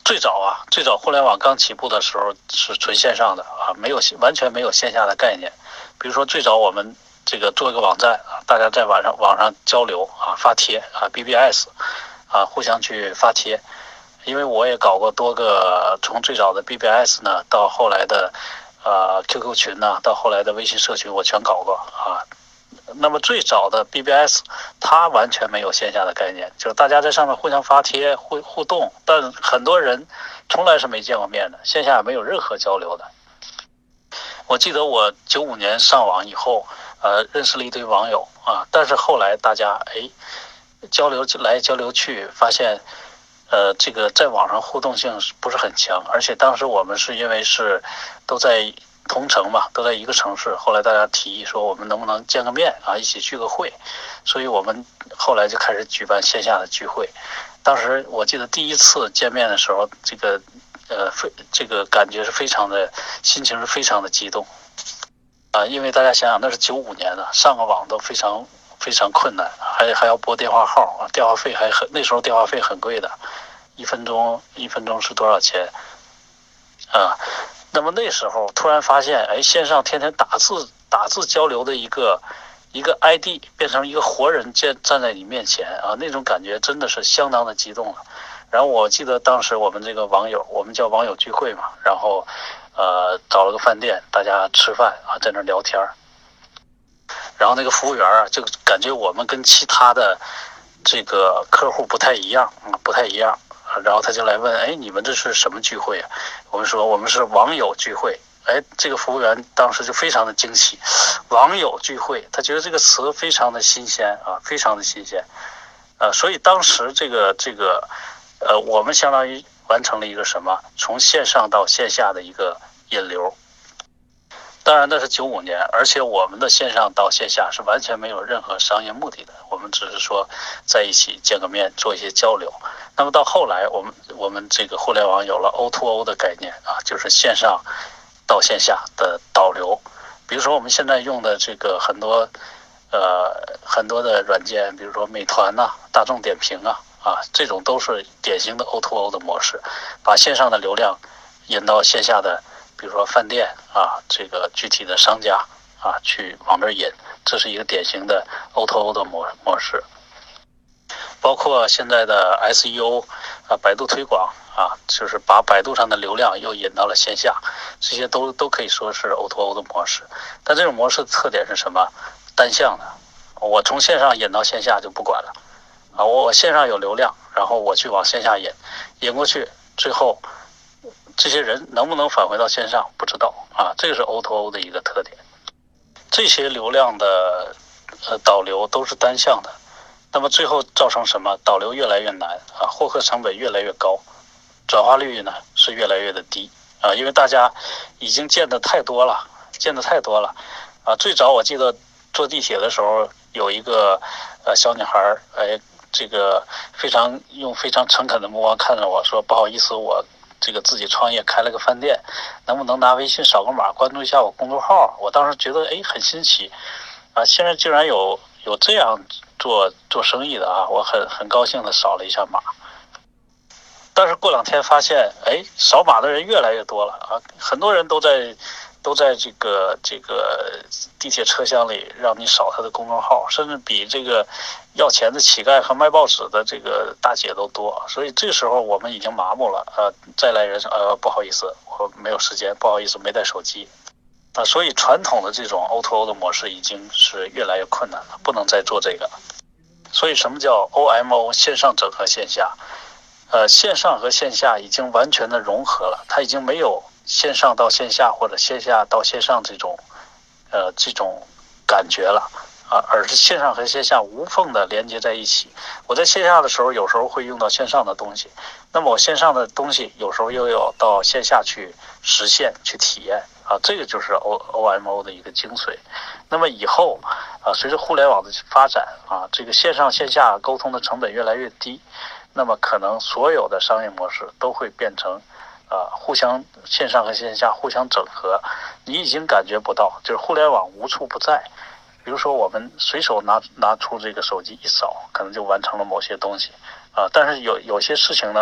最早啊，最早互联网刚起步的时候是纯线上的啊，没有完全没有线下的概念。比如说最早我们这个做一个网站啊，大家在网上网上交流啊，发帖啊 ，B B S 啊，互相去发帖。因为我也搞过多个，从最早的 B B S 呢，到后来的呃 Q Q 群呢，到后来的微信社群，我全搞过啊。那么最早的 B B S 它完全没有线下的概念，就是大家在上面互相发帖互互动，但很多人从来是没见过面的，线下没有任何交流的。我记得我九五年上网以后，呃，认识了一堆网友啊，但是后来大家哎交流来交流去，发现呃这个在网上互动性不是很强，而且当时我们是因为是都在同城嘛，都在一个城市，后来大家提议说我们能不能见个面啊，一起聚个会，所以我们后来就开始举办线下的聚会。当时我记得第一次见面的时候，这个呃非这个感觉是非常的，心情是非常的激动啊，因为大家想想那是九五年的，上个网都非常非常困难，还还要拨电话号啊，电话费还很，那时候电话费很贵的，一分钟一分钟是多少钱啊？那么那时候突然发现，哎，线上天天打字打字交流的一个一个 I D 变成一个活人站站在你面前啊，那种感觉真的是相当的激动了。然后我记得当时我们这个网友，我们叫网友聚会嘛，然后呃找了个饭店，大家吃饭啊，在那聊天。然后那个服务员啊，就感觉我们跟其他的这个客户不太一样啊，不太一样。然后他就来问，哎，你们这是什么聚会啊？我们说我们是网友聚会。哎，这个服务员当时就非常的惊喜，网友聚会，他觉得这个词非常的新鲜啊，非常的新鲜，呃，所以当时这个这个，呃，我们相当于完成了一个什么？从线上到线下的一个引流。当然那是九五年，而且我们的线上到线下是完全没有任何商业目的的，我们只是说在一起见个面，做一些交流。那么到后来，我们我们这个互联网有了 O to O 的概念啊，就是线上到线下的导流。比如说我们现在用的这个很多呃很多的软件，比如说美团呐、啊、大众点评啊啊，这种都是典型的 O to O 的模式，把线上的流量引到线下的。比如说饭店啊，这个具体的商家啊，去往这儿引，这是一个典型的 O to O 的模模式。包括现在的 S E O 啊，百度推广啊，就是把百度上的流量又引到了线下，这些都都可以说是 O to O 的模式。但这种模式的特点是什么？单向的，我从线上引到线下就不管了啊，我我线上有流量，然后我去往线下引，引过去，最后。这些人能不能返回到线上不知道啊，这个是 O to O 的一个特点。这些流量的呃导流都是单向的，那么最后造成什么？导流越来越难啊，获客成本越来越高，转化率呢是越来越的低啊，因为大家已经见得太多了，见得太多了啊。最早我记得坐地铁的时候，有一个呃小女孩，哎，这个非常用非常诚恳的目光看着我说：“不好意思，我。”这个自己创业开了个饭店，能不能拿微信扫个码关注一下我公众号？我当时觉得哎很新奇啊，现在竟然有有这样做做生意的啊，我很很高兴的扫了一下码。但是过两天发现，哎，扫码的人越来越多了啊，很多人都在都在这个这个地铁车厢里让你扫他的公众号，甚至比这个要钱的乞丐和卖报纸的这个大姐都多。所以这个时候我们已经麻木了，呃，再来人呃不好意思，我没有时间，不好意思，没带手机啊。所以传统的这种 O to O 的模式已经是越来越困难了，不能再做这个。所以什么叫 O M O 线上整合线下？呃，线上和线下已经完全的融合了，它已经没有线上到线下或者线下到线上这种，呃，这种感觉了啊，而是线上和线下无缝的连接在一起。我在线下的时候，有时候会用到线上的东西，那么我线上的东西有时候又要到线下去实现、去体验啊，这个就是 O O M O 的一个精髓。那么以后啊，随着互联网的发展啊，这个线上线下沟通的成本越来越低。那么可能所有的商业模式都会变成，呃，互相线上和线下互相整合。你已经感觉不到，就是互联网无处不在。比如说，我们随手拿拿出这个手机一扫，可能就完成了某些东西啊、呃。但是有有些事情呢，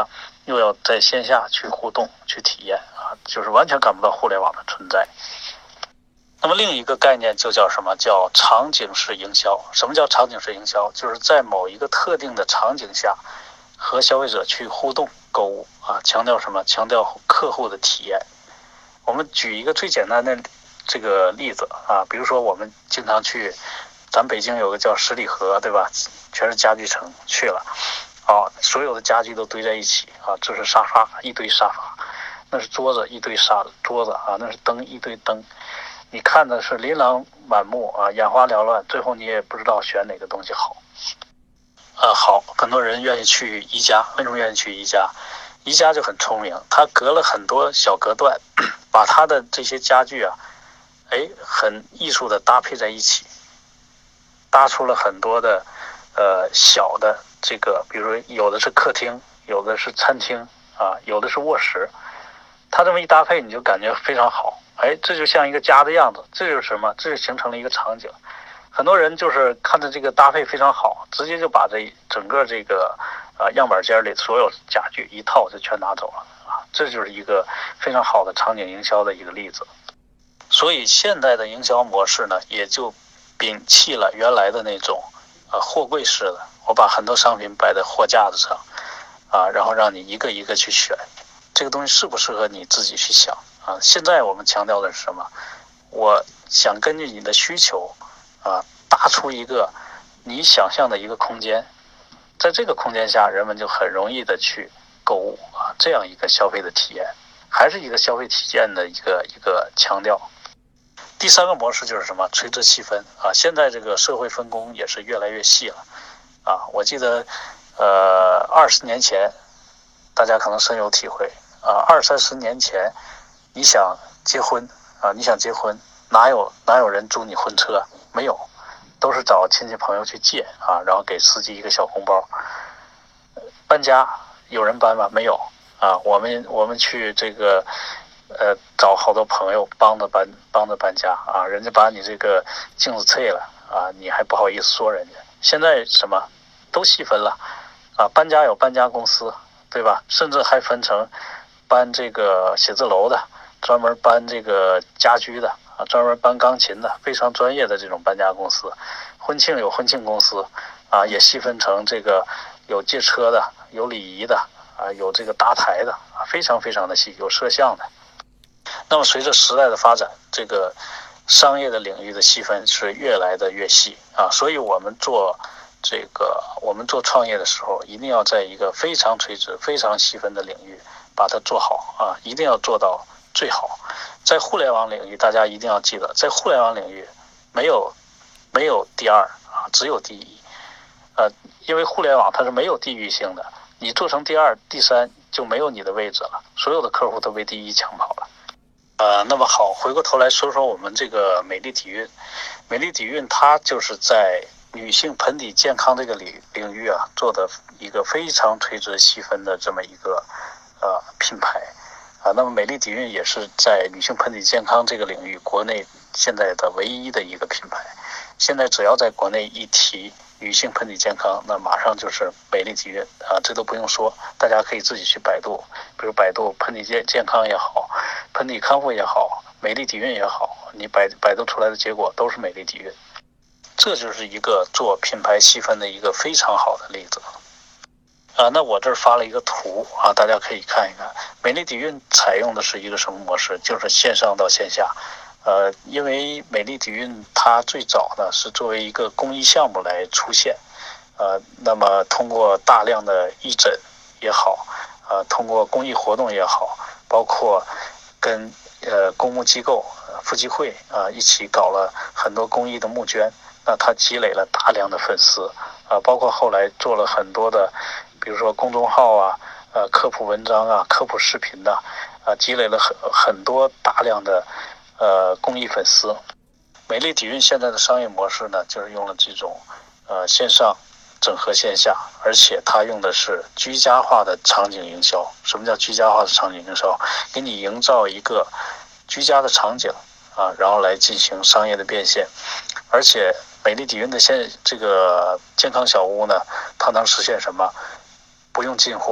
又要在线下去互动去体验啊，就是完全感不到互联网的存在。那么另一个概念就叫什么？叫场景式营销。什么叫场景式营销？就是在某一个特定的场景下和消费者去互动购物啊，强调什么？强调客户的体验。我们举一个最简单的这个例子啊，比如说我们经常去，咱北京有个叫十里河，对吧？全是家具城，去了啊，所有的家具都堆在一起啊，这是沙发，一堆沙发，那是桌子，一堆沙桌子啊，那是灯，一堆灯。你看的是琳琅满目啊，眼花缭乱，最后你也不知道选哪个东西好。呃，好，很多人愿意去宜家，为什么愿意去宜家？宜家就很聪明，它隔了很多小隔断，把它的这些家具啊，哎，很艺术的搭配在一起，搭出了很多的呃小的这个，比如说有的是客厅，有的是餐厅啊，有的是卧室，它这么一搭配，你就感觉非常好。哎，这就像一个家的样子，这就是什么？这就形成了一个场景。很多人就是看着这个搭配非常好，直接就把这整个这个呃样板间里所有家具一套就全拿走了啊，这就是一个非常好的场景营销的一个例子。所以现在的营销模式呢，也就摒弃了原来的那种呃货柜式的，我把很多商品摆在货架子上啊，然后让你一个一个去选，这个东西适不适合你自己去想啊。现在我们强调的是什么？我想根据你的需求啊，搭出一个你想象的一个空间，在这个空间下，人们就很容易的去购物啊，这样一个消费的体验，还是一个消费体验的一个一个强调。第三个模式就是什么？垂直细分啊，现在这个社会分工也是越来越细了啊。我记得，呃，二十年前，大家可能深有体会啊，二三十年前，你想结婚啊，你想结婚，哪有哪有人租你婚车？没有，都是找亲戚朋友去借啊，然后给司机一个小红包。搬家有人搬吗？没有啊，我们我们去这个呃找好多朋友帮着搬帮着搬家啊，人家把你这个镜子碎了啊，你还不好意思说人家。现在什么都细分了啊，搬家有搬家公司，对吧？甚至还分成搬这个写字楼的，专门搬这个家居的啊，专门搬钢琴的，非常专业的这种搬家公司。婚庆有婚庆公司啊，也细分成这个有借车的，有礼仪的啊，有这个搭台的啊，非常非常的细，有摄像的。那么随着时代的发展，这个商业的领域的细分是越来的越细啊，所以我们做这个我们做创业的时候，一定要在一个非常垂直、非常细分的领域把它做好啊，一定要做到最好。在互联网领域，大家一定要记得，在互联网领域没有没有第二啊，只有第一。呃，因为互联网它是没有地域性的，你做成第二、第三就没有你的位置了，所有的客户都被第一抢跑了。呃，那么好，回过头来说说我们这个美丽底蕴。美丽底蕴它就是在女性盆底健康这个领领域啊，做的一个非常垂直细分的这么一个呃品牌啊。那么美丽底蕴也是在女性盆底健康这个领域国内现在的唯一的一个品牌。现在只要在国内一提女性盆底健康，那马上就是美丽底蕴啊，这都不用说，大家可以自己去百度，比如百度盆底健健康也好，盆底康复也好，美丽底蕴也好，你百百度出来的结果都是美丽底蕴。这就是一个做品牌细分的一个非常好的例子啊。那我这儿发了一个图啊，大家可以看一看。美丽底蕴采用的是一个什么模式？就是线上到线下。呃，因为美丽底蕴它最早呢是作为一个公益项目来出现，呃，那么通过大量的义诊也好，呃，通过公益活动也好，包括跟呃公募机构、妇基会啊、呃、一起搞了很多公益的募捐，那它积累了大量的粉丝啊、呃，包括后来做了很多的，比如说公众号啊、呃科普文章啊、科普视频的啊、呃，积累了很很多大量的。呃，公益粉丝。美丽底蕴现在的商业模式呢，就是用了这种呃线上整合线下，而且它用的是居家化的场景营销。什么叫居家化的场景营销？给你营造一个居家的场景啊，然后来进行商业的变现。而且美丽底蕴的现这个健康小屋呢，它能实现什么？不用进货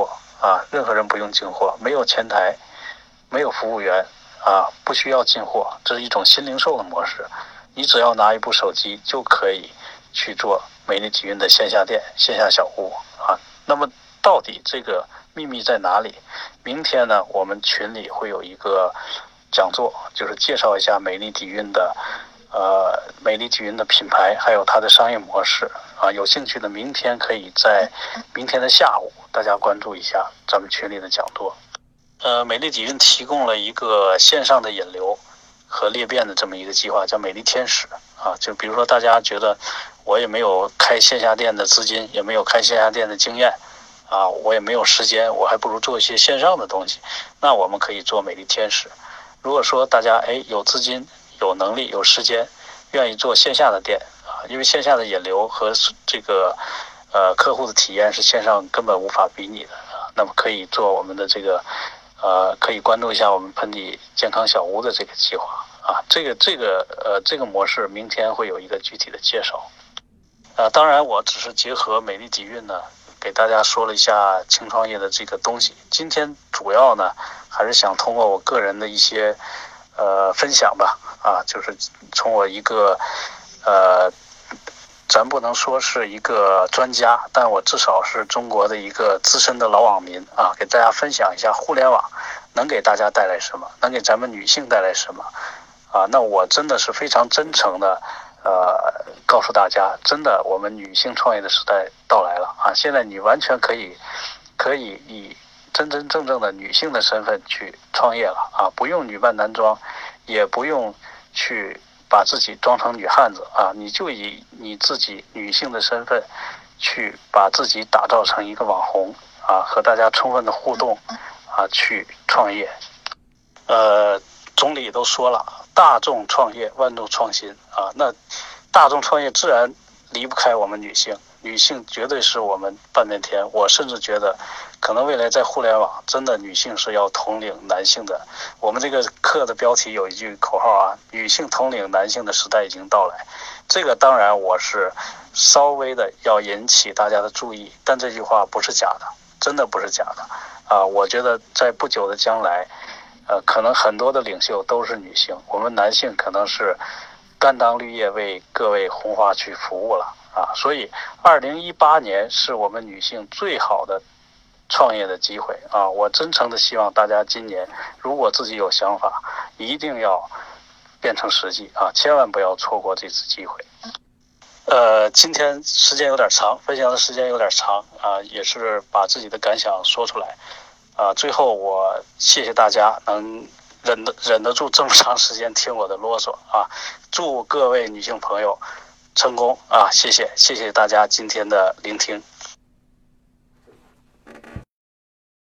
啊，任何人不用进货，没有前台，没有服务员啊，不需要进货，这是一种新零售的模式。你只要拿一部手机就可以去做美丽底蕴的线下店、线下小屋啊。那么到底这个秘密在哪里？明天呢，我们群里会有一个讲座，就是介绍一下美丽底蕴的呃美丽底蕴的品牌，还有它的商业模式啊。有兴趣的，明天可以在明天的下午，大家关注一下咱们群里的讲座。呃，美丽底蕴提供了一个线上的引流和裂变的这么一个计划，叫美丽天使啊。就比如说大家觉得我也没有开线下店的资金，也没有开线下店的经验啊，我也没有时间，我还不如做一些线上的东西。那我们可以做美丽天使。如果说大家哎有资金、有能力、有时间，愿意做线下的店啊，因为线下的引流和这个呃客户的体验是线上根本无法比拟的啊。那么可以做我们的这个呃，可以关注一下我们盆底健康小屋的这个计划啊。这个这个呃这个模式明天会有一个具体的介绍。呃，当然我只是结合美丽底蕴呢，给大家说了一下轻创业的这个东西。今天主要呢还是想通过我个人的一些呃分享吧，啊，就是从我一个呃，咱不能说是一个专家，但我至少是中国的一个资深的老网民啊，给大家分享一下互联网能给大家带来什么，能给咱们女性带来什么啊。那我真的是非常真诚的呃告诉大家，真的我们女性创业的时代到来了啊！现在你完全可以可以以真真正正的女性的身份去创业了啊，不用女扮男装，也不用去把自己装成女汉子啊，你就以你自己女性的身份去把自己打造成一个网红啊，和大家充分的互动啊，去创业。呃，总理都说了，大众创业，万众创新啊。那大众创业自然离不开我们女性，女性绝对是我们半边天。我甚至觉得，可能未来在互联网，真的女性是要统领男性的。我们这个课的标题有一句口号啊，女性统领男性的时代已经到来。这个当然我是稍微的要引起大家的注意，但这句话不是假的，真的不是假的啊。我觉得在不久的将来，呃，可能很多的领袖都是女性，我们男性可能是甘当绿叶为各位红花去服务了啊。所以二零一八年是我们女性最好的创业的机会啊。我真诚的希望大家今年如果自己有想法，一定要变成实际啊，千万不要错过这次机会。呃，今天时间有点长，分享的时间有点长啊，也是把自己的感想说出来啊。最后我谢谢大家能忍得忍得住这么长时间听我的啰嗦啊！祝各位女性朋友成功啊！谢谢谢谢大家今天的聆听。